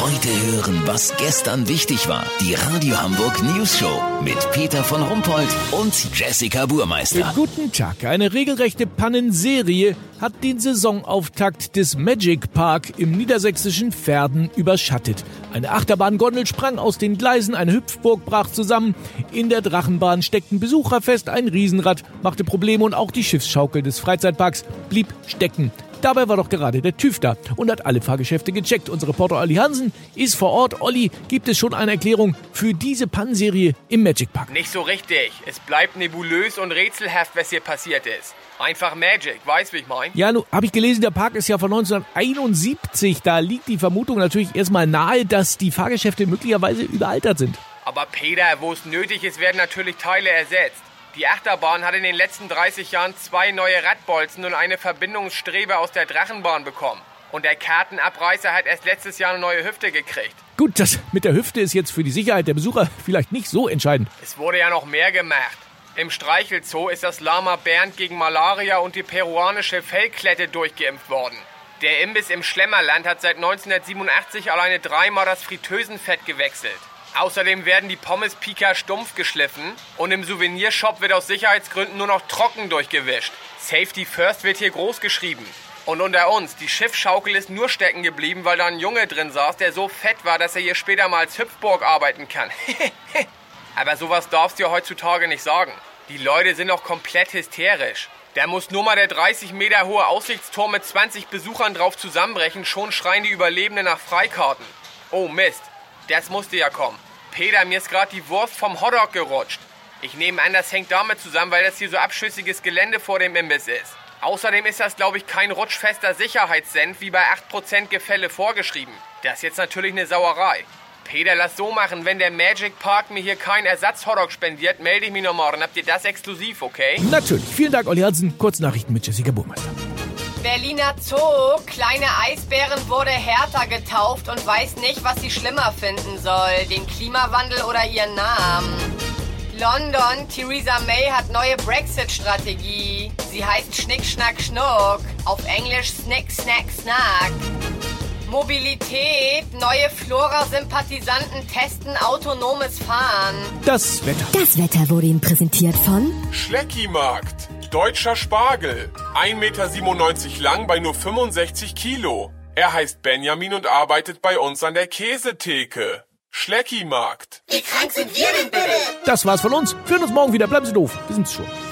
Heute hören, was gestern wichtig war. Die Radio Hamburg News Show mit Peter von Rumpold und Jessica Burmeister. Guten Tag. Eine regelrechte Pannenserie hat den Saisonauftakt des Magic Park im niedersächsischen Verden überschattet. Eine Achterbahngondel sprang aus den Gleisen, eine Hüpfburg brach zusammen. In der Drachenbahn steckten Besucher fest, ein Riesenrad machte Probleme und auch die Schiffsschaukel des Freizeitparks blieb stecken. Dabei war doch gerade der TÜV da und hat alle Fahrgeschäfte gecheckt. Unser Reporter Olli Hansen ist vor Ort. Olli, gibt es schon eine Erklärung für diese Pannenserie im Magic Park? Nicht so richtig. Es bleibt nebulös und rätselhaft, was hier passiert ist. Einfach Magic, weißt wie ich mein? Ja, nun habe ich gelesen, der Park ist ja von 1971. Da liegt die Vermutung natürlich erstmal nahe, dass die Fahrgeschäfte möglicherweise überaltert sind. Aber Peter, wo es nötig ist, werden natürlich Teile ersetzt. Die Achterbahn hat in den letzten 30 Jahren 2 neue Radbolzen und eine Verbindungsstrebe aus der Drachenbahn bekommen. Und der Kartenabreißer hat erst letztes Jahr eine neue Hüfte gekriegt. Gut, das mit der Hüfte ist jetzt für die Sicherheit der Besucher vielleicht nicht so entscheidend. Es wurde ja noch mehr gemacht. Im Streichelzoo ist das Lama Bernd gegen Malaria und die peruanische Fellklette durchgeimpft worden. Der Imbiss im Schlemmerland hat seit 1987 alleine 3-mal das Fritteusenfett gewechselt. Außerdem werden die Pommes-Pika stumpf geschliffen und im Souvenirshop wird aus Sicherheitsgründen nur noch trocken durchgewischt. Safety First wird hier groß geschrieben. Und unter uns, die Schiffsschaukel ist nur stecken geblieben, weil da ein Junge drin saß, der so fett war, dass er hier später mal als Hüpfburg arbeiten kann. Aber sowas darfst du ja heutzutage nicht sagen. Die Leute sind doch komplett hysterisch. Da muss nur mal der 30 Meter hohe Aussichtsturm mit 20 Besuchern drauf zusammenbrechen, schon schreien die Überlebenden nach Freikarten. Oh Mist, das musste ja kommen. Peter, mir ist gerade die Wurst vom Hotdog gerutscht. Ich nehme an, das hängt damit zusammen, weil das hier so abschüssiges Gelände vor dem Imbiss ist. Außerdem ist das, glaube ich, kein rutschfester Sicherheitssend wie bei 8% Gefälle vorgeschrieben. Das ist jetzt natürlich eine Sauerei. Peter, lass so machen, wenn der Magic Park mir hier keinen Ersatz-Hotdog spendiert, melde ich mich noch morgen. Habt ihr das exklusiv, okay? Natürlich. Vielen Dank, Olli Hansen. Kurznachrichten mit Jessica Burmeister. Berliner Zoo. Kleine Eisbären wurde Hertha getauft und weiß nicht, was sie schlimmer finden soll. Den Klimawandel oder ihren Namen. London. Theresa May hat neue Brexit-Strategie. Sie heißt Schnick, Schnack, Schnuck. Auf Englisch Snick, Snack, Snack. Mobilität. Neue Flora-Sympathisanten testen autonomes Fahren. Das Wetter. Das Wetter wurde Ihnen präsentiert von Schleckimarkt. Deutscher Spargel. 1,97 Meter lang bei nur 65 Kilo. Er heißt Benjamin und arbeitet bei uns an der Käsetheke. Schleckimarkt. Wie krank sind wir denn bitte? Das war's von uns. Wir hören uns morgen wieder. Bleiben Sie doof. Wir sind's schon.